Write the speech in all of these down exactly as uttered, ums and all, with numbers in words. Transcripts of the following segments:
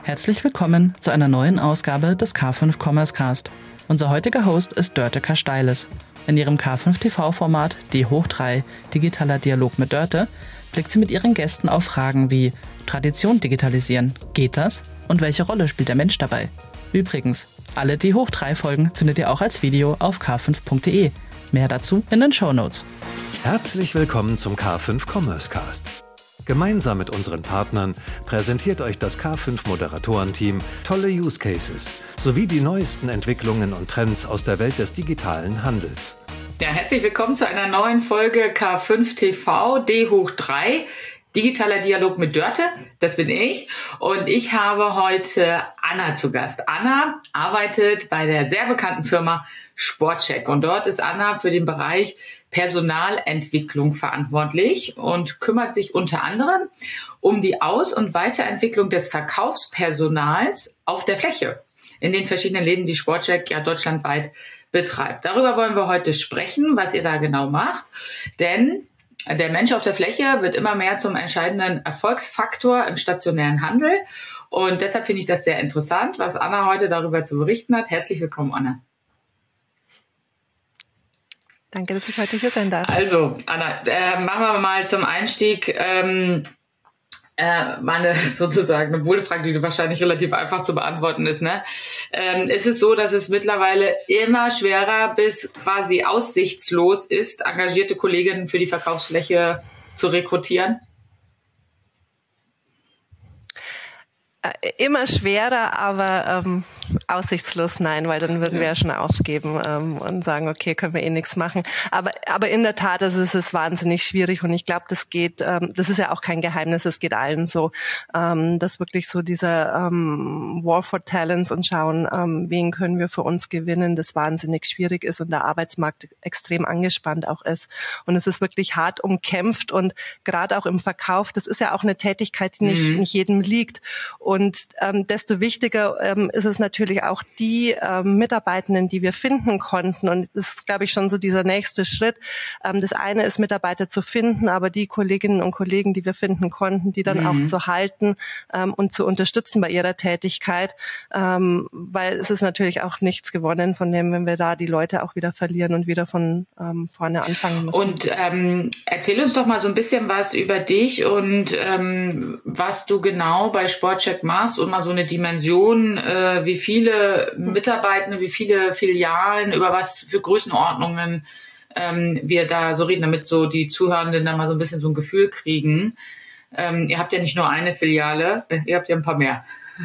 Herzlich willkommen zu einer neuen Ausgabe des K fünf Commerce Cast. Unser heutiger Host ist Dörte Kasteiles. In ihrem K fünf T V-Format D hoch drei Digitaler Dialog mit Dörte blickt sie mit ihren Gästen auf Fragen wie Tradition digitalisieren, geht das? Und welche Rolle spielt der Mensch dabei? Übrigens, alle D hoch drei Folgen findet ihr auch als Video auf k fünf punkt de. Mehr dazu in den Shownotes. Herzlich willkommen zum K fünf Commerce Cast. Gemeinsam mit unseren Partnern präsentiert euch das K fünf Moderatorenteam tolle Use Cases sowie die neuesten Entwicklungen und Trends aus der Welt des digitalen Handels. Ja, herzlich willkommen zu einer neuen Folge K fünf T V D hoch drei. Digitaler Dialog mit Dörte, das bin ich. Und ich habe heute Anna zu Gast. Anna arbeitet bei der sehr bekannten Firma Sportcheck. Und dort ist Anna für den Bereich Personalentwicklung verantwortlich und kümmert sich unter anderem um die Aus- und Weiterentwicklung des Verkaufspersonals auf der Fläche in den verschiedenen Läden, die Sportcheck ja deutschlandweit betreibt. Darüber wollen wir heute sprechen, was ihr da genau macht. Denn der Mensch auf der Fläche wird immer mehr zum entscheidenden Erfolgsfaktor im stationären Handel. Und deshalb finde ich das sehr interessant, was Anna heute darüber zu berichten hat. Herzlich willkommen, Anna. Danke, dass ich heute hier sein darf. Also, Anna, äh, machen wir mal zum Einstieg ähm, äh, meine sozusagen eine Bodenfrage, die wahrscheinlich relativ einfach zu beantworten ist. Ne? Ähm, ist es so, dass es mittlerweile immer schwerer bis quasi aussichtslos ist, engagierte Kolleginnen für die Verkaufsfläche zu rekrutieren? Immer schwerer, aber ähm, aussichtslos nein, weil dann würden wir ja schon aufgeben ähm, und sagen, okay, können wir eh nichts machen. Aber aber in der Tat, also es ist wahnsinnig schwierig und ich glaube, das geht, ähm, das ist ja auch kein Geheimnis, es geht allen so, ähm, dass wirklich so dieser ähm, War for Talents und schauen, ähm, wen können wir für uns gewinnen, das wahnsinnig schwierig ist und der Arbeitsmarkt extrem angespannt auch ist. Und es ist wirklich hart umkämpft und gerade auch im Verkauf, das ist ja auch eine Tätigkeit, die nicht, mhm. nicht jedem liegt. Und ähm, desto wichtiger ähm, ist es natürlich auch die ähm, Mitarbeitenden, die wir finden konnten. Und das ist, glaube ich, schon so dieser nächste Schritt. Ähm, das eine ist, Mitarbeiter zu finden, aber die Kolleginnen und Kollegen, die wir finden konnten, die dann mhm. auch zu halten ähm, und zu unterstützen bei ihrer Tätigkeit. Ähm, weil es ist natürlich auch nichts gewonnen von dem, wenn wir da die Leute auch wieder verlieren und wieder von ähm, vorne anfangen müssen. Und ähm, erzähl uns doch mal so ein bisschen was über dich und ähm, was du genau bei Sportcheck machst und mal so eine Dimension, äh, wie viele Mitarbeitende, wie viele Filialen, über was für Größenordnungen ähm, wir da so reden, damit so die Zuhörenden da mal so ein bisschen so ein Gefühl kriegen. Ähm, ihr habt ja nicht nur eine Filiale, ihr habt ja ein paar mehr.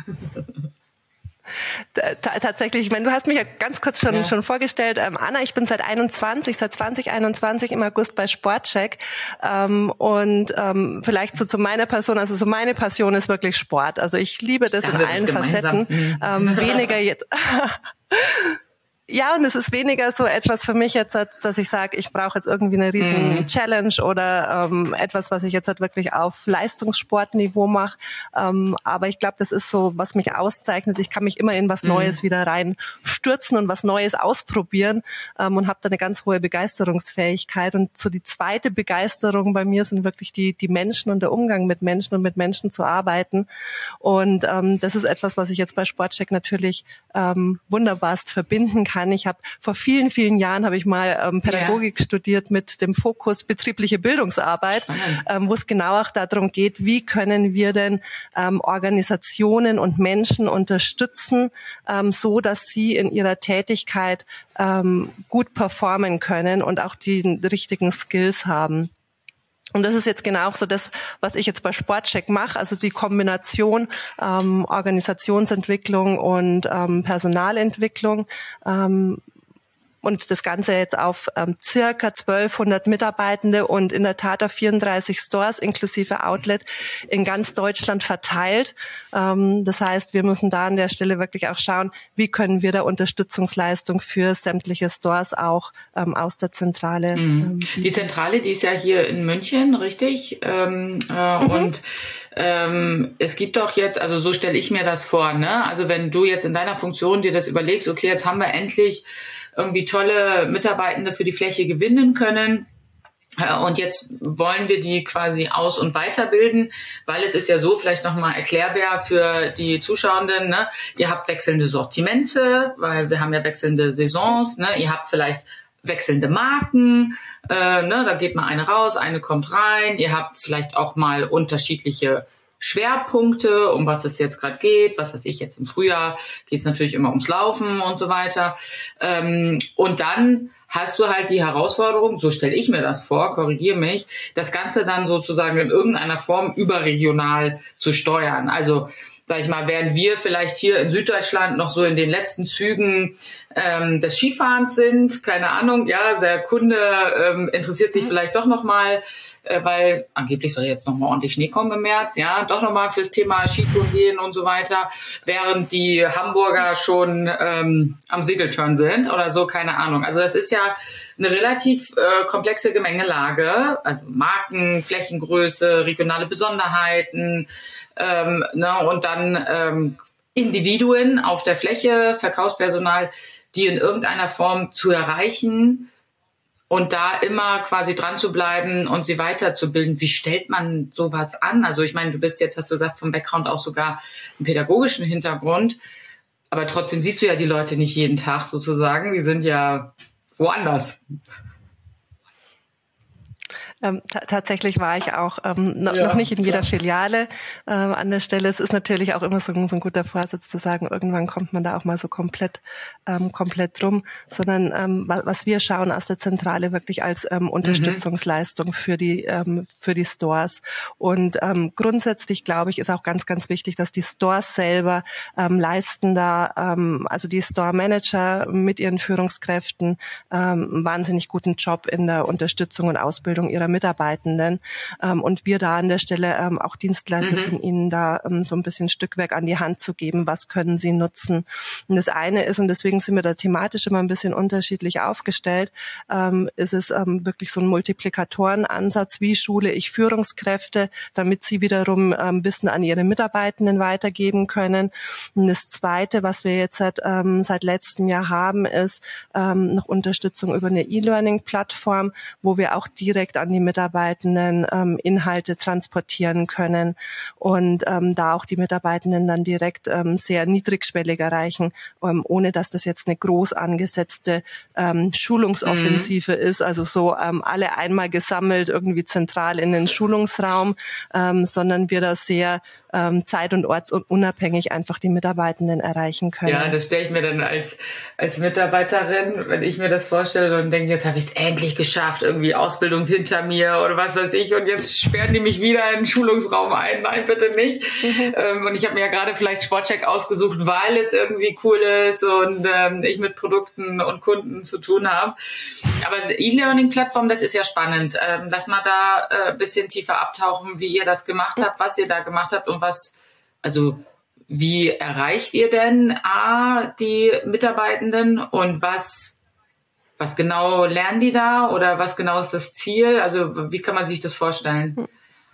T- tatsächlich, ich meine, du hast mich ja ganz kurz schon, ja. schon vorgestellt. Ähm, Anna, ich bin seit einundzwanzig, seit zwanzig einundzwanzig im August bei Sportcheck. Ähm, und ähm, vielleicht so zu meiner Person, also so meine Passion ist wirklich Sport. Also ich liebe das ja, in allen Facetten. Mhm. Ähm, weniger jetzt... Ja, und es ist weniger so etwas für mich jetzt, dass ich sage, ich brauche jetzt irgendwie eine riesen mm. Challenge oder ähm, etwas, was ich jetzt halt wirklich auf Leistungssportniveau mache. Ähm, aber ich glaube, das ist so, was mich auszeichnet. Ich kann mich immer in was Neues mm. wieder reinstürzen und was Neues ausprobieren ähm, und habe da eine ganz hohe Begeisterungsfähigkeit. Und so die zweite Begeisterung bei mir sind wirklich die die Menschen und der Umgang mit Menschen und mit Menschen zu arbeiten. Und ähm, das ist etwas, was ich jetzt bei Sportcheck natürlich ähm, wunderbarst verbinden kann. Ich habe vor vielen, vielen Jahren habe ich mal ähm, Pädagogik yeah. studiert mit dem Fokus betriebliche Bildungsarbeit, ähm, wo es genau auch darum geht, wie können wir denn ähm, Organisationen und Menschen unterstützen, ähm, so dass sie in ihrer Tätigkeit ähm, gut performen können und auch die richtigen Skills haben. Und das ist jetzt genau auch so das, was ich jetzt bei Sportcheck mache, also die Kombination ähm, Organisationsentwicklung und ähm, Personalentwicklung. Ähm, und das Ganze jetzt auf ähm, circa zwölfhundert Mitarbeitende und in der Tat auf vierunddreißig Stores inklusive Outlet in ganz Deutschland verteilt. Ähm, das heißt, wir müssen da an der Stelle wirklich auch schauen, wie können wir da Unterstützungsleistung für sämtliche Stores auch ähm, aus der Zentrale mhm. ähm, Die Zentrale, die ist ja hier in München, richtig? Ähm, äh, mhm. Und ähm, es gibt doch jetzt, also so stelle ich mir das vor, ne? Also wenn du jetzt in deiner Funktion dir das überlegst, okay, jetzt haben wir endlich irgendwie tolle Mitarbeitende für die Fläche gewinnen können Und jetzt wollen wir die quasi aus- und weiterbilden, weil es ist ja so, vielleicht nochmal erklärbar für die Zuschauenden, ne? Ihr habt wechselnde Sortimente, weil wir haben ja wechselnde Saisons, ne? Ihr habt vielleicht wechselnde Marken, äh, ne? Da geht mal eine raus, eine kommt rein. Ihr habt vielleicht auch mal unterschiedliche Schwerpunkte, um was es jetzt gerade geht. Was weiß ich, jetzt im Frühjahr geht es natürlich immer ums Laufen und so weiter. Ähm, und dann hast du halt die Herausforderung, so stelle ich mir das vor, korrigiere mich, das Ganze dann sozusagen in irgendeiner Form überregional zu steuern. Also, sag ich mal, während wir vielleicht hier in Süddeutschland noch so in den letzten Zügen ähm, des Skifahrens sind, keine Ahnung, ja, der Kunde ähm, interessiert sich vielleicht doch nochmal, äh, weil angeblich soll jetzt nochmal ordentlich Schnee kommen im März, ja, doch nochmal fürs Thema Skitouren gehen und so weiter, während die Hamburger schon ähm, am Segeltörn sind oder so, keine Ahnung. Also das ist ja eine relativ äh, komplexe Gemengelage, also Marken, Flächengröße, regionale Besonderheiten, ähm, ne, und dann ähm, Individuen auf der Fläche, Verkaufspersonal, die in irgendeiner Form zu erreichen und da immer quasi dran zu bleiben und sie weiterzubilden. Wie stellt man sowas an? Also ich meine, du bist jetzt, hast du gesagt, vom Background auch sogar einen pädagogischen Hintergrund, aber trotzdem siehst du ja die Leute nicht jeden Tag sozusagen, die sind ja woanders. Ähm, t- tatsächlich war ich auch ähm, no, ja, noch nicht in jeder klar. Filiale ähm, an der Stelle. Es ist natürlich auch immer so, so ein guter Vorsatz zu sagen, irgendwann kommt man da auch mal so komplett ähm, komplett drum, sondern ähm, was, was wir schauen aus der Zentrale wirklich als ähm, Unterstützungsleistung mhm. für die ähm, für die Stores. Und ähm, grundsätzlich glaube ich, ist auch ganz ganz wichtig, dass die Stores selber ähm, leisten da, ähm, also die Store Manager mit ihren Führungskräften ähm, einen wahnsinnig guten Job in der Unterstützung und Ausbildung ihrer Mitarbeitenden, ähm, und wir da an der Stelle ähm, auch Dienstleister mhm. sind, ihnen da ähm, so ein bisschen Stückwerk an die Hand zu geben, was können sie nutzen. Und das eine ist, und deswegen sind wir da thematisch immer ein bisschen unterschiedlich aufgestellt, ähm, ist es ähm, wirklich so ein Multiplikatorenansatz, wie schule ich Führungskräfte, damit sie wiederum ähm, Wissen an ihre Mitarbeitenden weitergeben können. Und das Zweite, was wir jetzt seit, ähm, seit letztem Jahr haben, ist ähm, noch Unterstützung über eine E-Learning-Plattform, wo wir auch direkt an die Mitarbeitenden ähm, Inhalte transportieren können und ähm, da auch die Mitarbeitenden dann direkt ähm, sehr niedrigschwellig erreichen, ähm, ohne dass das jetzt eine groß angesetzte ähm, Schulungsoffensive mhm. ist, also so ähm, alle einmal gesammelt irgendwie zentral in den Schulungsraum, ähm, sondern wir da sehr ähm, zeit- und ortsunabhängig einfach die Mitarbeitenden erreichen können. Ja, das stelle ich mir dann als als Mitarbeiterin, wenn ich mir das vorstelle und denke, jetzt habe ich es endlich geschafft, irgendwie Ausbildung hinter mir oder was weiß ich, und jetzt sperren die mich wieder in den Schulungsraum ein. Nein, bitte nicht. Mhm. Ähm, und ich habe mir ja gerade vielleicht Sportcheck ausgesucht, weil es irgendwie cool ist und ähm, ich mit Produkten und Kunden zu tun habe. Aber E-Learning-Plattform, das ist ja spannend. Ähm, lass mal da äh, ein bisschen tiefer abtauchen, wie ihr das gemacht habt, was ihr da gemacht habt und was, also wie erreicht ihr denn A, die Mitarbeitenden und was Was genau lernen die da oder was genau ist das Ziel? Also wie kann man sich das vorstellen?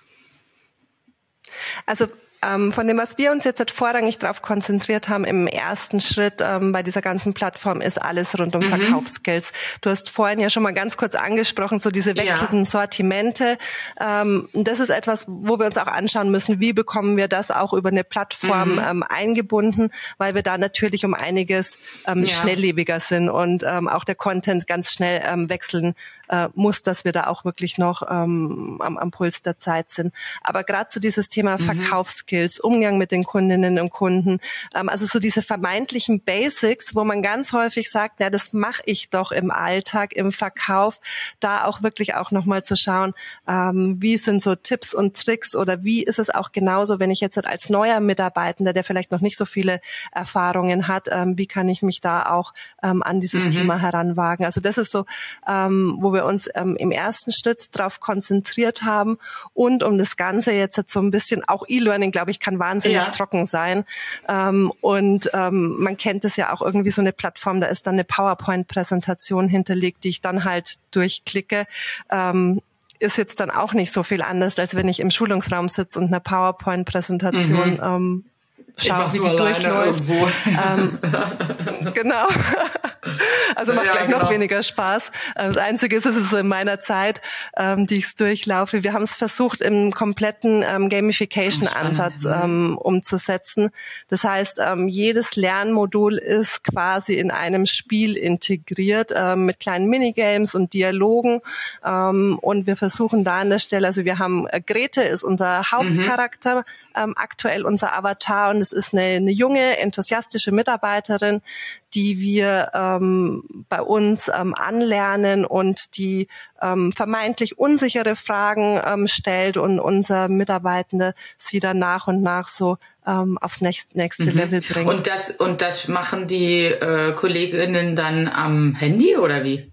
Also ähm, von dem, was wir uns jetzt halt vorrangig darauf konzentriert haben im ersten Schritt ähm, bei dieser ganzen Plattform, ist alles rund um mhm. Verkaufsskills. Du hast vorhin ja schon mal ganz kurz angesprochen, so diese wechselnden ja. Sortimente. Ähm, das ist etwas, wo wir uns auch anschauen müssen, wie bekommen wir das auch über eine Plattform mhm. ähm, eingebunden, weil wir da natürlich um einiges ähm, ja. schnelllebiger sind und ähm, auch der Content ganz schnell ähm, wechseln äh, muss, dass wir da auch wirklich noch ähm, am, am Puls der Zeit sind. Aber gerade so dieses Thema mhm. Verkaufsskills, Umgang mit den Kundinnen und Kunden, ähm, also so diese vermeintlichen Basics, wo man ganz häufig sagt, ja, das mache ich doch im Alltag, im Verkauf, da auch wirklich auch nochmal zu schauen, ähm, wie sind so Tipps und Tricks oder wie ist es auch genauso, wenn ich jetzt als neuer Mitarbeitender, der vielleicht noch nicht so viele Erfahrungen hat, ähm, wie kann ich mich da auch ähm, an dieses mhm. Thema heranwagen. Also das ist so, ähm, wo wir uns ähm, im ersten Schritt drauf konzentriert haben und um das Ganze jetzt so ein bisschen, auch E-Learning, glaube ich, kann wahnsinnig ja. trocken sein. Ähm, und ähm, man kennt es ja auch irgendwie so eine Plattform, da ist dann eine PowerPoint-Präsentation hinterlegt, die ich dann halt durchklicke. Ähm, ist jetzt dann auch nicht so viel anders, als wenn ich im Schulungsraum sitze und eine PowerPoint-Präsentation mhm. ähm, schaue, wie die durchläuft. Ähm, genau. Also macht ja, gleich genau. noch weniger Spaß. Das Einzige ist, es ist so in meiner Zeit, ähm, die ich es durchlaufe. Wir haben es versucht, im kompletten ähm, Gamification-Ansatz ähm, umzusetzen. Das heißt, ähm, jedes Lernmodul ist quasi in einem Spiel integriert ähm, mit kleinen Minigames und Dialogen. Ähm, und wir versuchen da an der Stelle, also wir haben, äh, Grete ist unser Hauptcharakter, mhm. ähm, aktuell unser Avatar, und es ist eine, eine junge, enthusiastische Mitarbeiterin, die wir ähm, bei uns ähm, anlernen und die ähm, vermeintlich unsichere Fragen ähm, stellt und unser Mitarbeitende sie dann nach und nach so ähm, aufs nächste, nächste mhm. Level bringt. Und das, und das machen die äh, Kolleginnen dann am Handy oder wie?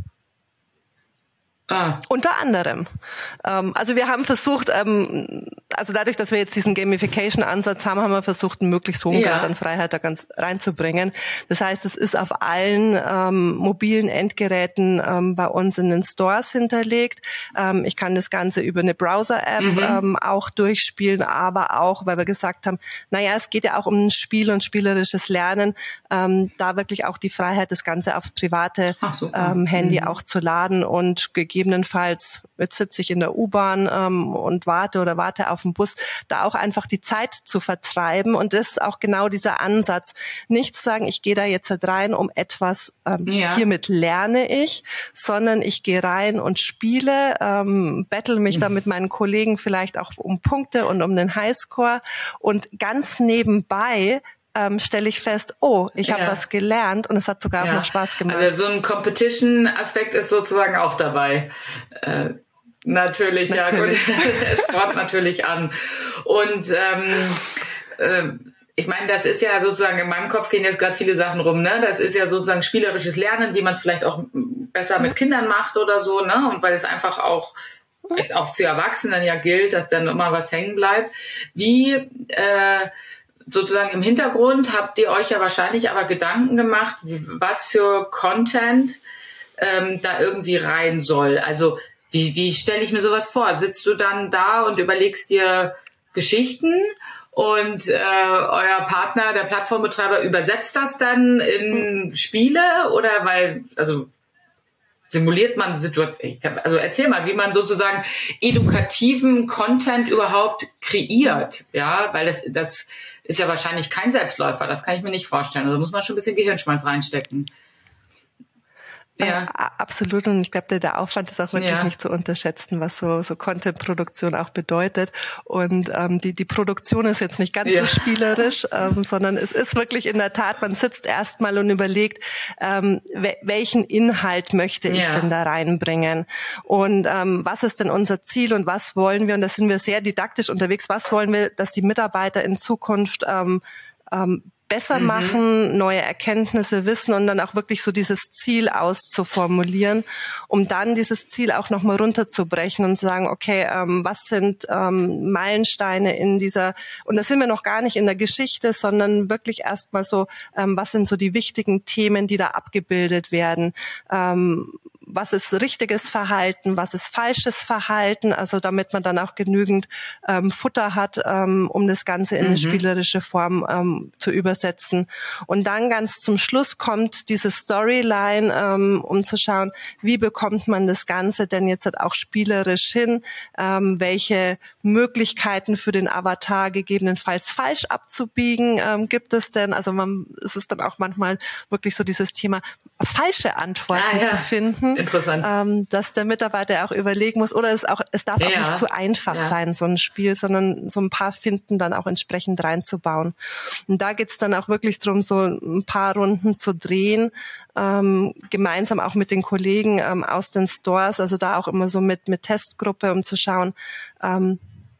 Ah. Unter anderem. Ähm, also wir haben versucht, ähm, also dadurch, dass wir jetzt diesen Gamification-Ansatz haben, haben wir versucht, einen möglichst hohen ja. Grad an Freiheit da ganz reinzubringen. Das heißt, es ist auf allen ähm, mobilen Endgeräten ähm, bei uns in den Stores hinterlegt. Ähm, ich kann das Ganze über eine Browser-App mhm. ähm, auch durchspielen, aber auch, weil wir gesagt haben, naja, es geht ja auch um ein Spiel und spielerisches Lernen, ähm, da wirklich auch die Freiheit, das Ganze aufs private ähm, Handy mhm. auch zu laden und gegebenenfalls, jetzt sitze ich in der U-Bahn ähm, und warte oder warte auf den Bus, da auch einfach die Zeit zu vertreiben. Und das ist auch genau dieser Ansatz, nicht zu sagen, ich gehe da jetzt rein, um etwas, ähm, ja. hiermit lerne ich, sondern ich gehe rein und spiele, ähm, battle mich mhm. da mit meinen Kollegen vielleicht auch um Punkte und um den Highscore, und ganz nebenbei Ähm, stelle ich fest, oh, ich habe ja. was gelernt, und es hat sogar ja. auch noch Spaß gemacht. Also so ein Competition-Aspekt ist sozusagen auch dabei. Äh, natürlich, natürlich, ja gut, es spornt natürlich an. Und ähm, äh, ich meine, das ist ja sozusagen, in meinem Kopf gehen jetzt gerade viele Sachen rum, ne? Das ist ja sozusagen spielerisches Lernen, wie man es vielleicht auch besser mit Kindern macht oder so, ne? Und weil es einfach auch auch für Erwachsene ja gilt, dass dann immer was hängen bleibt. Wie äh, sozusagen im Hintergrund habt ihr euch ja wahrscheinlich aber Gedanken gemacht, was für Content ähm, da irgendwie rein soll. Also wie, wie stelle ich mir sowas vor? Sitzt du dann da und überlegst dir Geschichten und äh, euer Partner, der Plattformbetreiber, übersetzt das dann in mhm. Spiele? Oder weil, also simuliert man Situationen? Also erzähl mal, wie man sozusagen edukativen Content überhaupt kreiert. Ja, weil das, das ist ja wahrscheinlich kein Selbstläufer, das kann ich mir nicht vorstellen. Also muss man schon ein bisschen Gehirnschmalz reinstecken. Ja, äh, absolut. Und ich glaube, der, der Aufwand ist auch wirklich ja. nicht zu unterschätzen, was so, so Content-Produktion auch bedeutet. Und ähm, die, die Produktion ist jetzt nicht ganz ja. so spielerisch, ähm, sondern es ist wirklich in der Tat, man sitzt erstmal und überlegt, ähm, we- welchen Inhalt möchte ich ja. denn da reinbringen? Und ähm, was ist denn unser Ziel und was wollen wir? Und da sind wir sehr didaktisch unterwegs. Was wollen wir, dass die Mitarbeiter in Zukunft ähm, ähm, besser mhm. machen, neue Erkenntnisse wissen und dann auch wirklich so dieses Ziel auszuformulieren, um dann dieses Ziel auch nochmal runterzubrechen und zu sagen, okay, ähm, was sind ähm, Meilensteine in dieser, und da sind wir noch gar nicht in der Geschichte, sondern wirklich erstmal so, ähm, was sind so die wichtigen Themen, die da abgebildet werden, ähm, was ist richtiges Verhalten, was ist falsches Verhalten, also damit man dann auch genügend ähm, Futter hat, ähm, um das Ganze in eine mhm. spielerische Form ähm, zu übersetzen. Und dann ganz zum Schluss kommt diese Storyline, ähm, um zu schauen, wie bekommt man das Ganze denn jetzt halt auch spielerisch hin, ähm, welche Möglichkeiten für den Avatar gegebenenfalls falsch abzubiegen ähm, gibt es denn? Also man, es ist dann auch manchmal wirklich so dieses Thema, falsche Antworten ah, ja. zu finden. Interessant. Ähm, dass der Mitarbeiter auch überlegen muss, oder es auch, es darf ja. auch nicht zu einfach ja. sein, so ein Spiel, sondern so ein paar Finden dann auch entsprechend reinzubauen. Und da geht's dann auch wirklich drum, so ein paar Runden zu drehen, ähm, gemeinsam auch mit den Kollegen ähm, aus den Stores, also da auch immer so mit, mit Testgruppe, um zu schauen, ähm,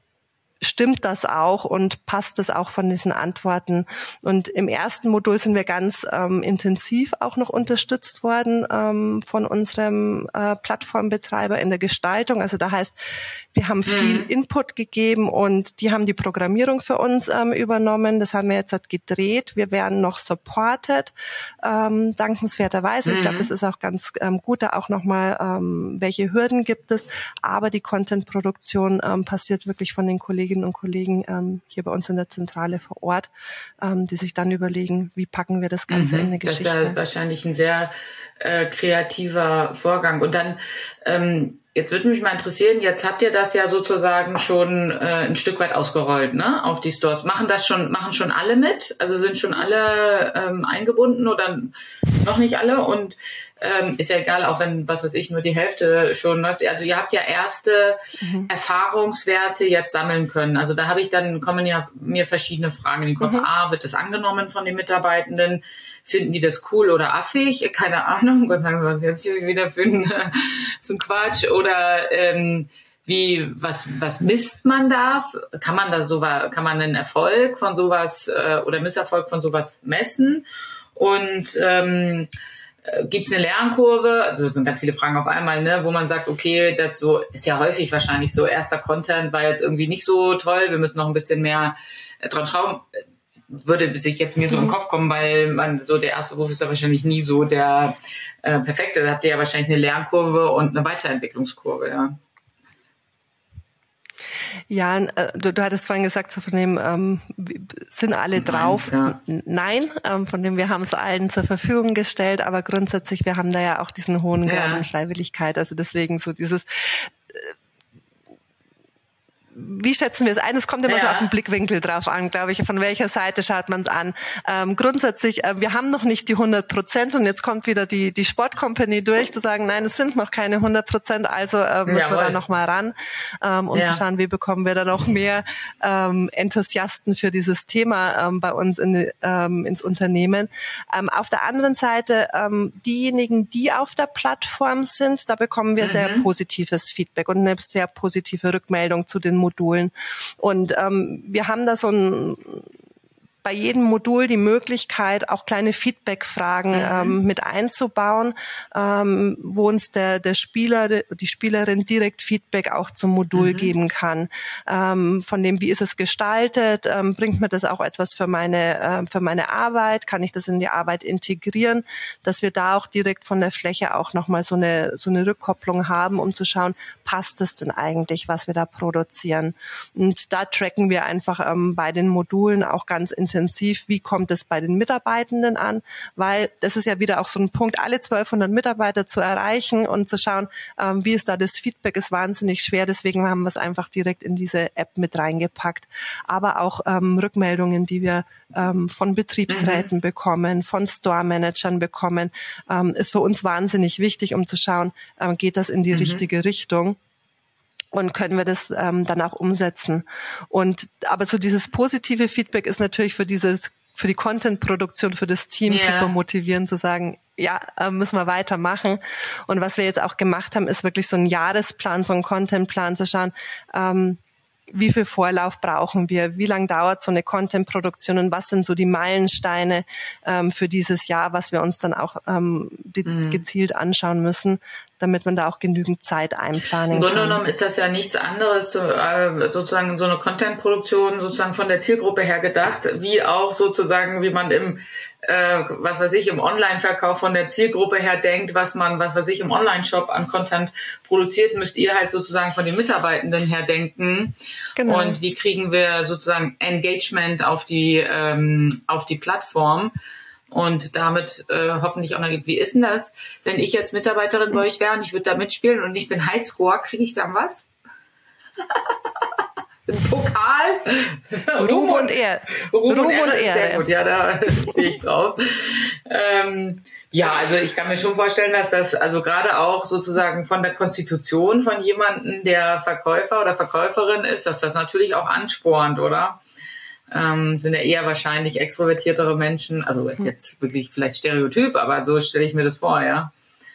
stimmt das auch und passt das auch von diesen Antworten? Und im ersten Modul sind wir ganz ähm, intensiv auch noch unterstützt worden ähm, von unserem äh, Plattformbetreiber in der Gestaltung. Also da heißt, wir haben viel mhm. Input gegeben und die haben die Programmierung für uns ähm, übernommen. Das haben wir jetzt halt gedreht. Wir werden noch supported, ähm, dankenswerterweise. Mhm. Ich glaube, das ist auch ganz ähm, gut, da auch nochmal, ähm, welche Hürden gibt es. Aber die Content-Produktion ähm, passiert wirklich von den Kolleginnen Kolleginnen und Kollegen ähm, hier bei uns in der Zentrale vor Ort, ähm, die sich dann überlegen, wie packen wir das Ganze mhm, in eine Geschichte. Das ist ja wahrscheinlich ein sehr äh, kreativer Vorgang. Und dann, ähm, jetzt würde mich mal interessieren, jetzt habt ihr das ja sozusagen schon äh, ein Stück weit ausgerollt, ne, auf die Stores. Machen das schon, machen schon alle mit? Also sind schon alle ähm, eingebunden oder noch nicht alle? Und ähm, ist ja egal, auch wenn, was weiß ich, nur die Hälfte schon läuft. Also ihr habt ja erste mhm. Erfahrungswerte jetzt sammeln können. Also da habe ich dann, kommen ja mir verschiedene Fragen in den Kopf. Mhm. A, wird das angenommen von den Mitarbeitenden? Finden die das cool oder affig? Keine Ahnung. Was sagen Sie, was jetzt hier wieder für ein, für ein Quatsch? Oder ähm, wie, was, was misst man da? Kann man da sowas, kann man einen Erfolg von sowas äh, oder Misserfolg von sowas messen? Und ähm, gibt es eine Lernkurve? Also sind ganz viele Fragen auf einmal, ne, wo man sagt, okay, das so ist ja häufig wahrscheinlich so, erster Content war jetzt irgendwie nicht so toll, wir müssen noch ein bisschen mehr dran schrauben. Würde sich jetzt mir so im Kopf kommen, weil man so der erste Wurf ist ja wahrscheinlich nie so der äh, perfekte. Da habt ihr ja wahrscheinlich eine Lernkurve und eine Weiterentwicklungskurve, ja. Ja, du, du hattest vorhin gesagt, so von dem, ähm, sind alle drauf? Nein, ja. Nein, ähm, von dem wir haben es allen zur Verfügung gestellt, aber grundsätzlich, wir haben da ja auch diesen hohen Grad ja. an Freiwilligkeit, also deswegen so dieses, wie schätzen wir es ein? Es kommt immer ja. so auf den Blickwinkel drauf an, glaube ich. Von welcher Seite schaut man es an? Ähm, grundsätzlich, äh, wir haben noch nicht die hundert Prozent und jetzt kommt wieder die die Sportcompany durch, zu sagen, nein, es sind noch keine hundert Prozent, also äh, müssen Jawohl. wir da noch mal ran ähm, und ja. zu schauen, wie bekommen wir da noch mehr ähm, Enthusiasten für dieses Thema ähm, bei uns in, ähm, ins Unternehmen. Ähm, auf der anderen Seite, ähm, diejenigen, die auf der Plattform sind, da bekommen wir mhm. sehr positives Feedback und eine sehr positive Rückmeldung zu den Modulen. Und ähm, wir haben da so ein bei jedem Modul die Möglichkeit, auch kleine Feedback-Fragen mhm. ähm, mit einzubauen, ähm, wo uns der, der Spieler, die Spielerin direkt Feedback auch zum Modul mhm. geben kann. Ähm, von dem, wie ist es gestaltet? Ähm, bringt mir das auch etwas für meine, äh, für meine Arbeit? Kann ich das in die Arbeit integrieren? Dass wir da auch direkt von der Fläche auch nochmal so eine, so eine Rückkopplung haben, um zu schauen, passt es denn eigentlich, was wir da produzieren? Und da tracken wir einfach ähm, bei den Modulen auch ganz intensiv, wie kommt es bei den Mitarbeitenden an, weil das ist ja wieder auch so ein Punkt, alle zwölfhundert Mitarbeiter zu erreichen und zu schauen, ähm, wie ist da das Feedback, ist wahnsinnig schwer, deswegen haben wir es einfach direkt in diese App mit reingepackt. Aber auch ähm, Rückmeldungen, die wir ähm, von Betriebsräten mhm. bekommen, von Store-Managern bekommen, ähm, ist für uns wahnsinnig wichtig, um zu schauen, ähm, geht das in die mhm. richtige Richtung? Und können wir das ähm, dann auch umsetzen. Und aber so dieses positive Feedback ist natürlich für dieses, für die Content-Produktion, für das Team yeah. super motivierend zu sagen, ja, äh, müssen wir weitermachen. Und was wir jetzt auch gemacht haben, ist wirklich so ein Jahresplan, so ein Contentplan zu schauen, ähm, wie viel Vorlauf brauchen wir, wie lange dauert so eine Content-Produktion und was sind so die Meilensteine ähm, für dieses Jahr, was wir uns dann auch ähm, die, mhm. gezielt anschauen müssen, damit man da auch genügend Zeit einplanen kann. Im Grunde genommen ist das ja nichts anderes, äh, sozusagen so eine Content-Produktion sozusagen von der Zielgruppe her gedacht, wie auch sozusagen, wie man im Äh, was weiß ich, im Online-Verkauf von der Zielgruppe her denkt, was man, was weiß ich, im Online-Shop an Content produziert, müsst ihr halt sozusagen von den Mitarbeitenden her denken. Genau. Und wie kriegen wir sozusagen Engagement auf die, ähm, auf die Plattform und damit äh, hoffentlich auch noch, wie ist denn das, wenn ich jetzt Mitarbeiterin bei euch wäre und ich würde da mitspielen und ich bin Highscore, kriege ich dann was? Ein Pokal. Ruhm und Ehre. Ruhm und Ehre. Sehr gut, ja, da stehe ich drauf. ähm, ja, also ich kann mir schon vorstellen, dass das also gerade auch sozusagen von der Konstitution von jemandem, der Verkäufer oder Verkäuferin ist, dass das natürlich auch anspornt, oder? Ähm, sind ja eher wahrscheinlich extrovertiertere Menschen. Also ist jetzt wirklich vielleicht Stereotyp, aber so stelle ich mir das vor, ja.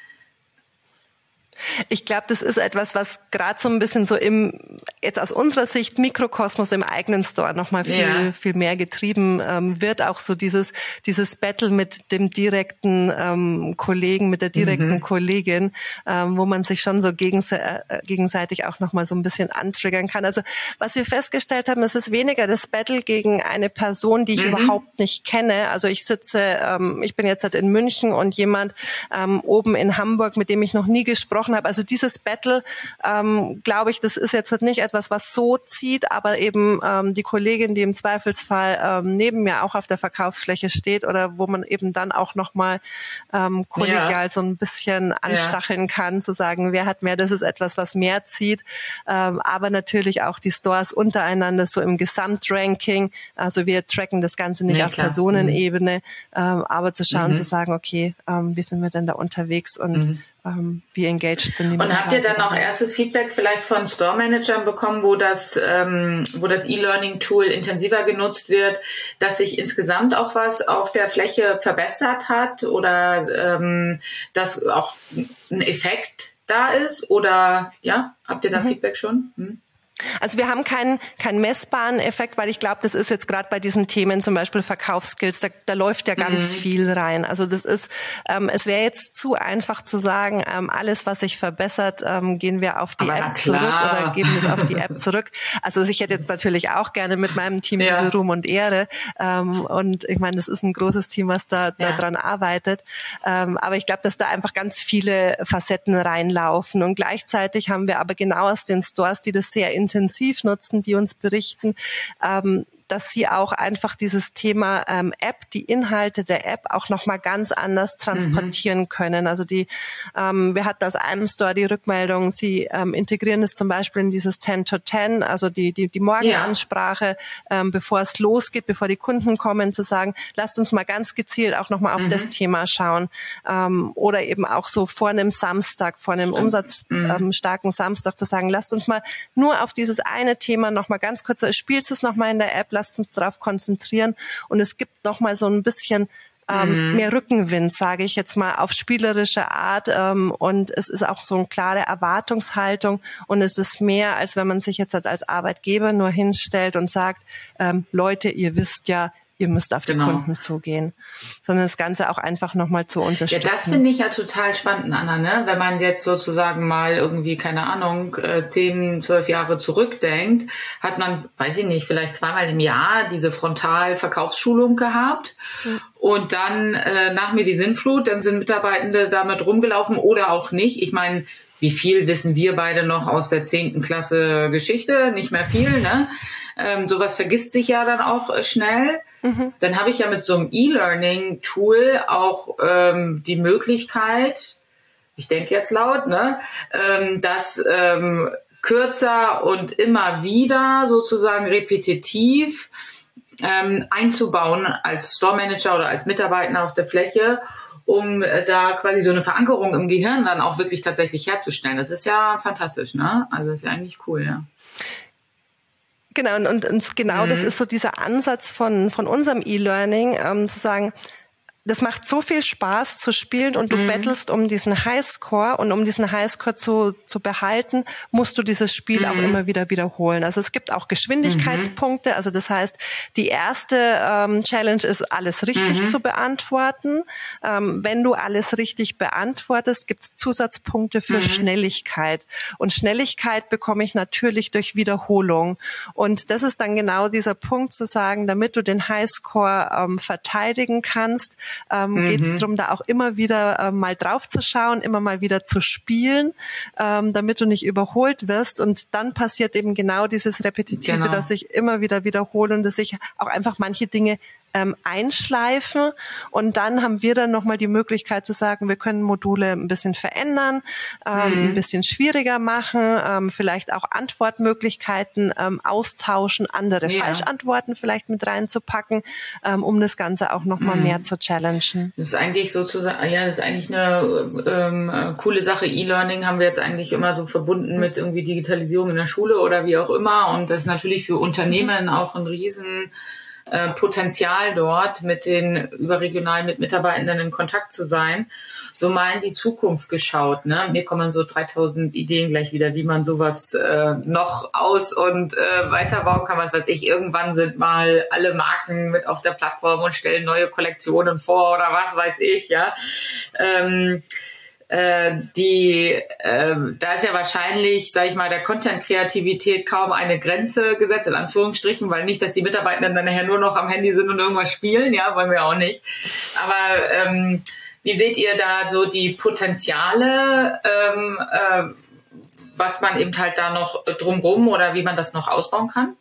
Ich glaube, das ist etwas, was gerade so ein bisschen so im, jetzt aus unserer Sicht, Mikrokosmos im eigenen Store nochmal viel, ja. viel mehr getrieben ähm, wird. Auch so dieses, dieses Battle mit dem direkten ähm, Kollegen, mit der direkten mhm. Kollegin, ähm, wo man sich schon so gegense- äh, gegenseitig auch nochmal so ein bisschen antriggern kann. Also was wir festgestellt haben, es ist weniger das Battle gegen eine Person, die ich mhm. überhaupt nicht kenne. Also ich sitze, ähm, ich bin jetzt halt in München und jemand ähm, oben in Hamburg, mit dem ich noch nie gesprochen angesprochen habe. Also dieses Battle, ähm, glaube ich, das ist jetzt halt nicht etwas, was so zieht, aber eben ähm, die Kollegin, die im Zweifelsfall ähm, neben mir auch auf der Verkaufsfläche steht oder wo man eben dann auch nochmal ähm, kollegial ja. so ein bisschen anstacheln ja. kann, zu sagen, wer hat mehr, das ist etwas, was mehr zieht. Ähm, aber natürlich auch die Stores untereinander so im Gesamtranking. Also wir tracken das Ganze nicht ja, auf klar. Personenebene, mhm. ähm, aber zu schauen, mhm. zu sagen, okay, ähm, wie sind wir denn da unterwegs und mhm. ähm, wie engaged sind die Und habt ihr dann auch erstes Feedback vielleicht von Store-Managern bekommen, wo das, ähm, wo das E-Learning-Tool intensiver genutzt wird, dass sich insgesamt auch was auf der Fläche verbessert hat oder ähm, dass auch ein Effekt da ist? Oder ja, habt ihr da mhm. Feedback schon? Hm? Also wir haben keinen keinen messbaren Effekt, weil ich glaube, das ist jetzt gerade bei diesen Themen, zum Beispiel Verkaufsskills, da, da läuft ja ganz mhm. viel rein. Also das ist, ähm, es wäre jetzt zu einfach zu sagen, ähm, alles, was sich verbessert, ähm, gehen wir auf die Aber App zurück oder geben es auf die App zurück. Also ich hätte jetzt natürlich auch gerne mit meinem Team ja. diese Ruhm und Ehre. Ähm, und ich meine, das ist ein großes Team, was da, ja. da dran arbeitet. Ähm, aber ich glaube, dass da einfach ganz viele Facetten reinlaufen. Und gleichzeitig haben wir aber genau aus den Stores, die das sehr intensiv nutzen, die uns berichten, ähm, dass sie auch einfach dieses Thema ähm, App, die Inhalte der App auch nochmal ganz anders transportieren mhm. können. Also die, ähm, wir hatten aus einem Store die Rückmeldung, sie ähm, integrieren es zum Beispiel in dieses ten to ten, also die die die Morgenansprache, ja. ähm, bevor es losgeht, bevor die Kunden kommen, zu sagen, lasst uns mal ganz gezielt auch nochmal auf mhm. das Thema schauen. Ähm, oder eben auch so vor einem Samstag, vor einem umsatzstarken ähm, Samstag zu sagen, lasst uns mal nur auf dieses eine Thema nochmal ganz kurz, spielst es nochmal in der App, lasst uns darauf konzentrieren und es gibt noch mal so ein bisschen ähm, mhm. mehr Rückenwind, sage ich jetzt mal, auf spielerische Art ähm, und es ist auch so eine klare Erwartungshaltung und es ist mehr, als wenn man sich jetzt als Arbeitgeber nur hinstellt und sagt, ähm, Leute, ihr wisst ja, ihr müsst auf die genau. Kunden zugehen, sondern das Ganze auch einfach nochmal zu unterstützen. Ja, das finde ich ja total spannend, Anna, ne? Wenn man jetzt sozusagen mal irgendwie, keine Ahnung, zehn, zwölf Jahre zurückdenkt, hat man, weiß ich nicht, vielleicht zweimal im Jahr diese Frontal-Verkaufsschulung gehabt mhm. und dann äh, nach mir die Sinnflut, dann sind Mitarbeitende damit rumgelaufen oder auch nicht. Ich meine, wie viel wissen wir beide noch aus der zehnten Klasse Geschichte? Nicht mehr viel, ne? Ähm, sowas vergisst sich ja dann auch äh, schnell. Mhm. Dann habe ich ja mit so einem E-Learning-Tool auch ähm, die Möglichkeit, ich denke jetzt laut, ne, ähm, das ähm, kürzer und immer wieder sozusagen repetitiv ähm, einzubauen als Store-Manager oder als Mitarbeiter auf der Fläche, um äh, da quasi so eine Verankerung im Gehirn dann auch wirklich tatsächlich herzustellen. Das ist ja fantastisch, ne? Also das ist ja eigentlich cool, ja. Genau, und, und, und genau mhm. das ist so dieser Ansatz von, von unserem E-Learning, ähm, zu sagen, das macht so viel Spaß zu spielen und du mhm. battlest um diesen Highscore und um diesen Highscore zu, zu behalten, musst du dieses Spiel mhm. auch immer wieder wiederholen. Also es gibt auch Geschwindigkeitspunkte, also das heißt, die erste ähm, Challenge ist, alles richtig mhm. zu beantworten. Ähm, wenn du alles richtig beantwortest, gibt es Zusatzpunkte für mhm. Schnelligkeit. Und Schnelligkeit bekomme ich natürlich durch Wiederholung. Und das ist dann genau dieser Punkt zu sagen, damit du den Highscore ähm, verteidigen kannst, Ähm, mhm. geht es darum, da auch immer wieder ähm, mal drauf zu schauen, immer mal wieder zu spielen, ähm, damit du nicht überholt wirst. Und dann passiert eben genau dieses Repetitive, genau. dass ich immer wieder wiederhole und dass ich auch einfach manche Dinge ähm, einschleifen. Und dann haben wir dann nochmal die Möglichkeit zu sagen, wir können Module ein bisschen verändern, ähm, mhm. ein bisschen schwieriger machen, ähm, vielleicht auch Antwortmöglichkeiten ähm, austauschen, andere ja. Falschantworten vielleicht mit reinzupacken, ähm, um das Ganze auch nochmal mhm. mehr zu challengen. Das ist eigentlich sozusagen, ja, das ist eigentlich eine ähm, coole Sache. E-Learning haben wir jetzt eigentlich immer so verbunden mhm. mit irgendwie Digitalisierung in der Schule oder wie auch immer. Und das ist natürlich für Unternehmen mhm. auch ein riesen äh, Potenzial dort, mit den überregional mit Mitarbeitenden in Kontakt zu sein. So mal in die Zukunft geschaut. Ne? Mir kommen so dreitausend Ideen gleich wieder, wie man sowas äh, noch aus- und äh, weiterbauen kann. Was weiß ich, irgendwann sind mal alle Marken mit auf der Plattform und stellen neue Kollektionen vor oder was weiß ich. Ja. Ähm, äh, die, äh, da ist ja wahrscheinlich, sage ich mal, der Content-Kreativität kaum eine Grenze gesetzt, in Anführungsstrichen, weil nicht, dass die Mitarbeitenden dann nachher nur noch am Handy sind und irgendwas spielen, ja, wollen wir auch nicht. Aber ähm, Wie seht ihr da so die Potenziale, ähm, äh, was man eben halt da noch drumrum oder wie man das noch ausbauen kann?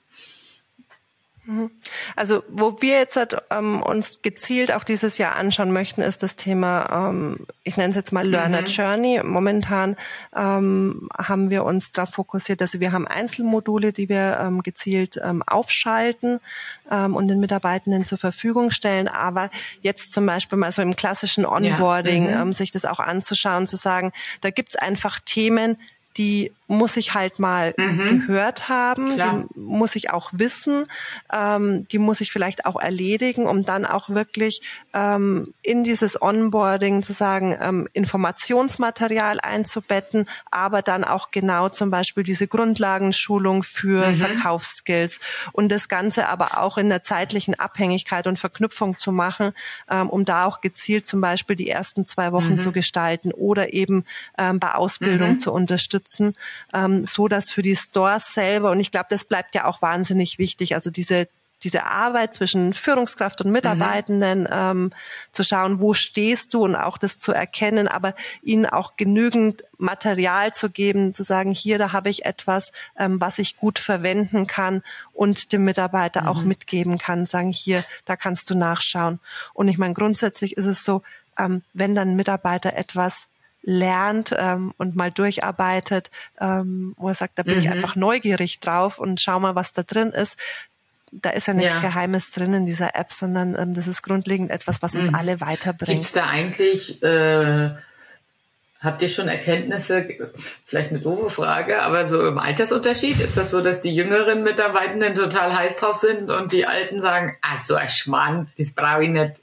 Also wo wir jetzt halt, ähm, uns gezielt auch dieses Jahr anschauen möchten, ist das Thema, ähm, ich nenne es jetzt mal Learner mhm. Journey. Momentan ähm, haben wir uns darauf fokussiert, also wir haben Einzelmodule, die wir ähm, gezielt ähm, aufschalten ähm, und den Mitarbeitenden zur Verfügung stellen. Aber jetzt zum Beispiel mal so im klassischen Onboarding, ja. mhm. ähm, sich das auch anzuschauen, zu sagen, da gibt's einfach Themen, die muss ich halt mal mhm. gehört haben, Klar. die muss ich auch wissen, ähm, die muss ich vielleicht auch erledigen, um dann auch wirklich ähm, in dieses Onboarding zu sagen, ähm, Informationsmaterial einzubetten, aber dann auch genau zum Beispiel diese Grundlagenschulung für mhm. Verkaufsskills und das Ganze aber auch in der zeitlichen Abhängigkeit und Verknüpfung zu machen, ähm, um da auch gezielt zum Beispiel die ersten zwei Wochen mhm. zu gestalten oder eben ähm, bei Ausbildung mhm. zu unterstützen, Ähm, so dass für die Stores selber, und ich glaube, das bleibt ja auch wahnsinnig wichtig, also diese diese Arbeit zwischen Führungskraft und Mitarbeitenden, mhm. ähm, zu schauen, wo stehst du und auch das zu erkennen, aber ihnen auch genügend Material zu geben, zu sagen, hier, da habe ich etwas, ähm, was ich gut verwenden kann und dem Mitarbeiter mhm. auch mitgeben kann, sagen, hier, da kannst du nachschauen. Und ich meine, grundsätzlich ist es so, ähm, wenn dann ein Mitarbeiter etwas lernt ähm, und mal durcharbeitet, ähm, wo er sagt, da bin mhm. ich einfach neugierig drauf und schau mal, was da drin ist. Da ist ja nichts ja. Geheimes drin in dieser App, sondern ähm, das ist grundlegend etwas, was uns mhm. alle weiterbringt. Gibt es da eigentlich, äh, habt ihr schon Erkenntnisse, vielleicht eine doofe Frage, aber so im Altersunterschied, ist das so, dass die jüngeren Mitarbeitenden total heiß drauf sind und die Alten sagen, ah, so ein Schmarrn, das brauche ich nicht.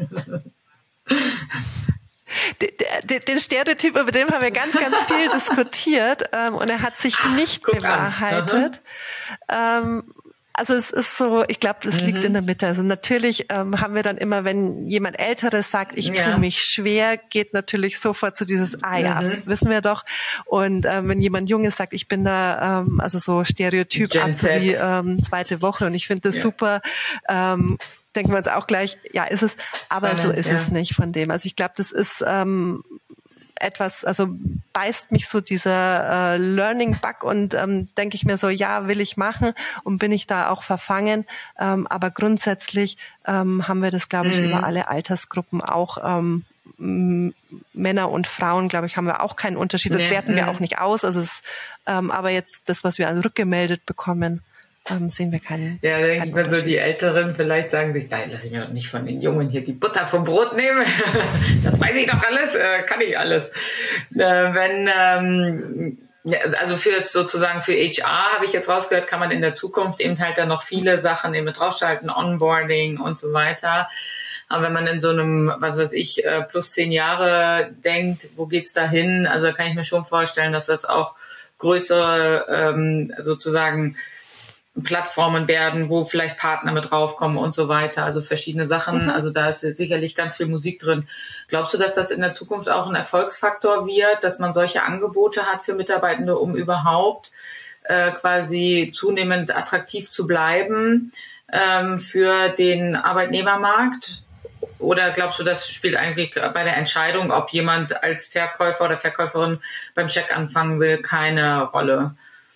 Den, den Stereotyp, über den haben wir ganz, ganz viel diskutiert ähm, und er hat sich Ach, nicht bewahrheitet. Ähm, also es ist so, ich glaube, es mhm. liegt in der Mitte. Also natürlich ähm, haben wir dann immer, wenn jemand Älteres sagt, ich ja. tue mich schwer, geht natürlich sofort zu dieses, ah ja, mhm. wissen wir doch. Und ähm, wenn jemand Junges sagt, ich bin da, ähm, also so Stereotyp ab wie ähm, zweite Woche und ich finde das ja. super, ähm, denken wir uns auch gleich, ja, ist es, aber Spannend, so ist ja. es nicht von dem. Also ich glaube, das ist ähm, etwas, also beißt mich so dieser äh, Learning-Bug und ähm, denke ich mir so, ja, will ich machen und bin ich da auch verfangen. Ähm, aber grundsätzlich ähm, haben wir das, glaube ich, mhm. über alle Altersgruppen auch ähm, m- Männer und Frauen, glaube ich, haben wir auch keinen Unterschied. Das nee, werten wir mhm. auch nicht aus. Also es, ähm, aber jetzt das, was wir an rückgemeldet bekommen, Ähm, sehen wir keinen. Ja, denke ich mal so, die Älteren vielleicht sagen sich, nein, lass ich mir doch nicht von den Jungen hier die Butter vom Brot nehmen. Das weiß ich doch alles, äh, kann ich alles. Äh, wenn, ähm, ja, also fürs sozusagen für H R habe ich jetzt rausgehört, kann man in der Zukunft eben halt dann noch viele Sachen eben mit draufschalten, Onboarding und so weiter. Aber wenn man in so einem, was weiß ich, plus zehn Jahre denkt, wo geht's da hin? Also kann ich mir schon vorstellen, dass das auch größere ähm, sozusagen Plattformen werden, wo vielleicht Partner mit draufkommen und so weiter, also verschiedene Sachen, mhm. also da ist sicherlich ganz viel Musik drin. Glaubst du, dass das in der Zukunft auch ein Erfolgsfaktor wird, dass man solche Angebote hat für Mitarbeitende, um überhaupt äh, quasi zunehmend attraktiv zu bleiben ähm, für den Arbeitnehmermarkt? Oder glaubst du, das spielt eigentlich bei der Entscheidung, ob jemand als Verkäufer oder Verkäuferin beim Check anfangen will, keine Rolle?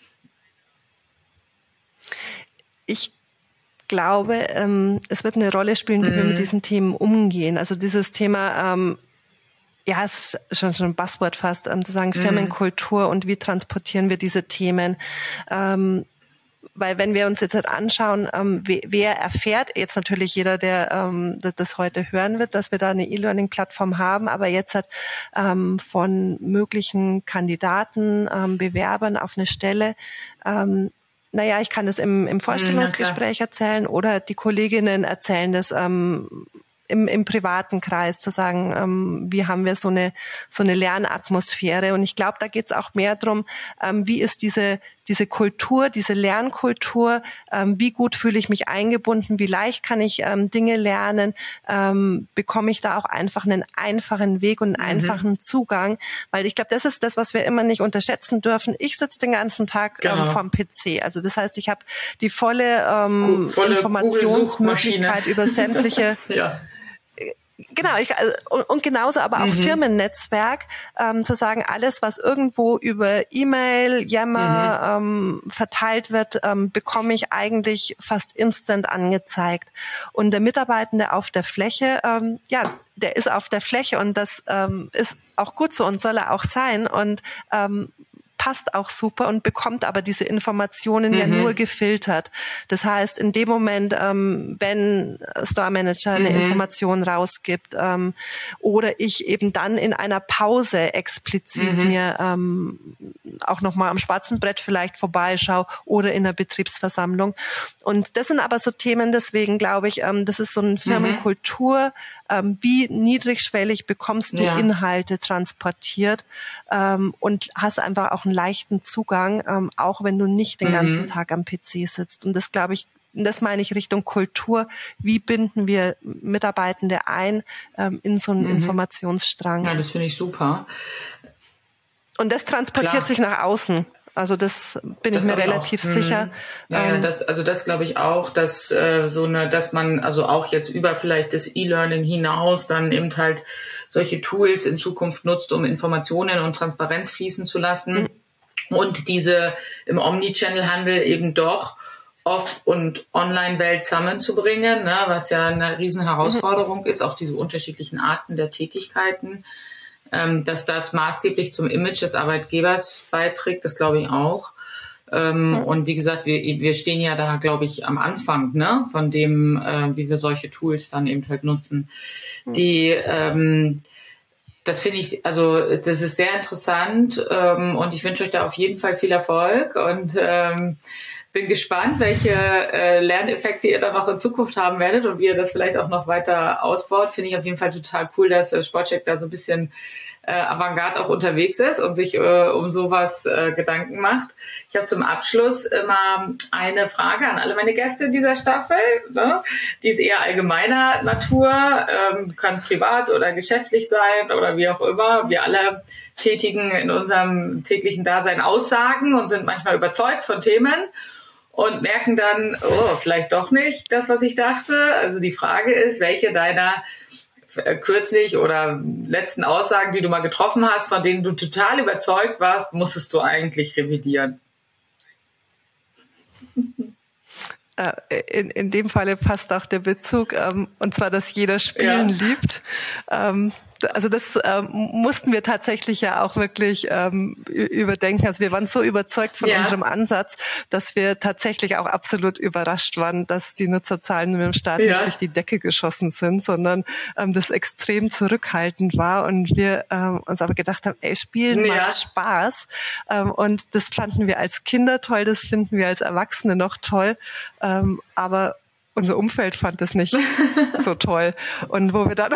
Ich glaube, ähm, es wird eine Rolle spielen, wie mhm. wir mit diesen Themen umgehen. Also dieses Thema, ähm, ja, es ist schon, schon ein Buzzword fast, ähm, zu sagen, mhm. Firmenkultur und wie transportieren wir diese Themen. Ähm, weil wenn wir uns jetzt halt anschauen, ähm, wer, wer erfährt, jetzt natürlich jeder, der ähm, das, das heute hören wird, dass wir da eine E-Learning-Plattform haben, aber jetzt hat ähm, von möglichen Kandidaten, ähm, Bewerbern auf eine Stelle, ähm, naja, ich kann das im, im Vorstellungsgespräch ja, erzählen oder die Kolleginnen erzählen das ähm, im, im privaten Kreis, zu sagen, ähm, wie haben wir so eine so eine Lernatmosphäre. Und ich glaube, da geht es auch mehr darum, ähm, wie ist diese diese Kultur, diese Lernkultur, ähm, wie gut fühle ich mich eingebunden, wie leicht kann ich ähm, Dinge lernen, ähm, bekomme ich da auch einfach einen einfachen Weg und einen mhm. einfachen Zugang, weil ich glaube, das ist das, was wir immer nicht unterschätzen dürfen. Ich sitze den ganzen Tag genau. ähm, vorm P C, also das heißt, ich habe die volle, ähm, volle Informationsmöglichkeit über sämtliche ja. Genau, ich, also, und, und genauso aber auch mhm. Firmennetzwerk, ähm, zu sagen, alles, was irgendwo über E-Mail, Yammer mhm. ähm, verteilt wird, ähm, bekomme ich eigentlich fast instant angezeigt. Und der Mitarbeitende auf der Fläche, ähm, ja, der ist auf der Fläche und das ähm, ist auch gut so und soll er auch sein und ähm, passt auch super und bekommt aber diese Informationen mhm. ja nur gefiltert. Das heißt, in dem Moment, ähm, wenn Store Manager eine mhm. Information rausgibt ähm, oder ich eben dann in einer Pause explizit mhm. mir ähm, auch nochmal am schwarzen Brett vielleicht vorbeischaue oder in der Betriebsversammlung. Und das sind aber so Themen, deswegen glaube ich, ähm, das ist so eine Firmenkultur, ähm, wie niedrigschwellig bekommst du ja. Inhalte transportiert ähm, und hast einfach auch einen leichten Zugang, ähm, auch wenn du nicht den mhm. ganzen Tag am P C sitzt. Und das glaube ich, das meine ich Richtung Kultur. Wie binden wir Mitarbeitende ein ähm, in so einen mhm. Informationsstrang? Ja, das finde ich super. Und das transportiert Klar. sich nach außen. Also das bin das ich mir relativ auch. sicher. Ja, ja, das, also das glaube ich auch, dass äh, so eine, dass man also auch jetzt über vielleicht das E-Learning hinaus dann eben halt solche Tools in Zukunft nutzt, um Informationen und Transparenz fließen zu lassen mhm. und diese im Omnichannel-Handel eben doch Off- und Online-Welt zusammenzubringen, ne, was ja eine riesen Herausforderung mhm. ist, auch diese unterschiedlichen Arten der Tätigkeiten. Dass das maßgeblich zum Image des Arbeitgebers beiträgt, das glaube ich auch. Ähm, ja. Und wie gesagt, wir, wir stehen ja da, glaube ich, am Anfang, ne, von dem, äh, wie wir solche Tools dann eben halt nutzen. Ja. Die, ähm, das finde ich, also das ist sehr interessant ähm, und ich wünsche euch da auf jeden Fall viel Erfolg und ähm, bin gespannt, welche äh, Lerneffekte ihr dann noch in Zukunft haben werdet und wie ihr das vielleicht auch noch weiter ausbaut. Finde ich auf jeden Fall total cool, dass äh, Sportcheck da so ein bisschen äh, Avantgarde auch unterwegs ist und sich äh, um sowas äh, Gedanken macht. Ich habe zum Abschluss immer eine Frage an alle meine Gäste dieser Staffel. Ne? Die ist eher allgemeiner Natur, ähm, kann privat oder geschäftlich sein oder wie auch immer. Wir alle tätigen in unserem täglichen Dasein Aussagen und sind manchmal überzeugt von Themen und merken dann, oh, vielleicht doch nicht das, was ich dachte. Also die Frage ist, welche deiner äh, kürzlich oder letzten Aussagen, die du mal getroffen hast, von denen du total überzeugt warst, musstest du eigentlich revidieren? In, in dem Falle passt auch der Bezug, ähm, und zwar, dass jeder Spielen ja. liebt. Ähm, also das ähm, mussten wir tatsächlich ja auch wirklich ähm, überdenken. Also wir waren so überzeugt von ja. unserem Ansatz, dass wir tatsächlich auch absolut überrascht waren, dass die Nutzerzahlen mit dem Start ja. nicht durch die Decke geschossen sind, sondern ähm, das extrem zurückhaltend war und wir ähm, uns aber gedacht haben, ey, Spielen ja. macht Spaß. Ähm, und das fanden wir als Kinder toll, das finden wir als Erwachsene noch toll. Ähm, aber unser Umfeld fand das nicht so toll. Und wo wir dann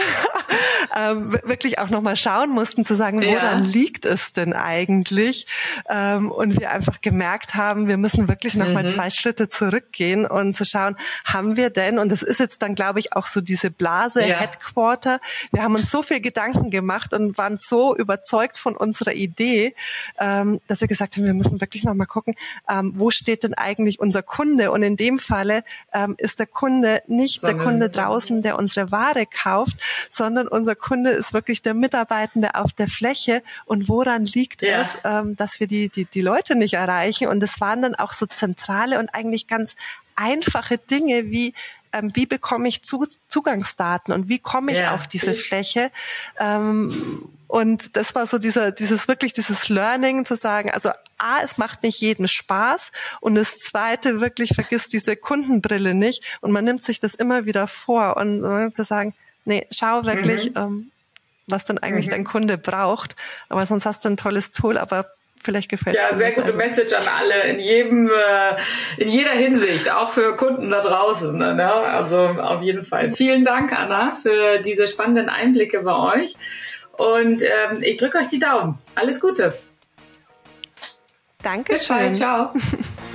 ähm, wirklich auch nochmal schauen mussten, zu sagen, woran ja. liegt es denn eigentlich? Ähm, und wir einfach gemerkt haben, wir müssen wirklich nochmal mhm. zwei Schritte zurückgehen und zu schauen, haben wir denn, und das ist jetzt dann, glaube ich, auch so diese Blase, ja. Headquarter, wir haben uns so viel Gedanken gemacht und waren so überzeugt von unserer Idee, ähm, dass wir gesagt haben, wir müssen wirklich nochmal gucken, ähm, wo steht denn eigentlich unser Kunde? Und in dem Falle ähm, ist der Kunde nicht sondern der Kunde draußen, der unsere Ware kauft, sondern unser Kunde ist wirklich der Mitarbeitende auf der Fläche. Und woran liegt ja. es, ähm, dass wir die, die, die Leute nicht erreichen? Und es waren dann auch so zentrale und eigentlich ganz einfache Dinge wie, ähm, wie bekomme ich zu, Zugangsdaten und wie komme ich ja, auf diese ich. Fläche? Ähm, und das war so dieser, dieses wirklich dieses Learning zu sagen, also A, es macht nicht jedem Spaß und das Zweite, wirklich vergisst diese Kundenbrille nicht und man nimmt sich das immer wieder vor und äh, zu sagen, nee, schau wirklich, mhm. ähm, was dann eigentlich mhm. dein Kunde braucht, aber sonst hast du ein tolles Tool, aber vielleicht gefällt es dir. Ja, sehr gute Message an alle in jedem, äh, in jeder Hinsicht, auch für Kunden da draußen. Ne? Also auf jeden Fall. Vielen Dank, Anna, für diese spannenden Einblicke bei euch. Und ähm, ich drücke euch die Daumen. Alles Gute. Danke schön. Bis bald. Ciao.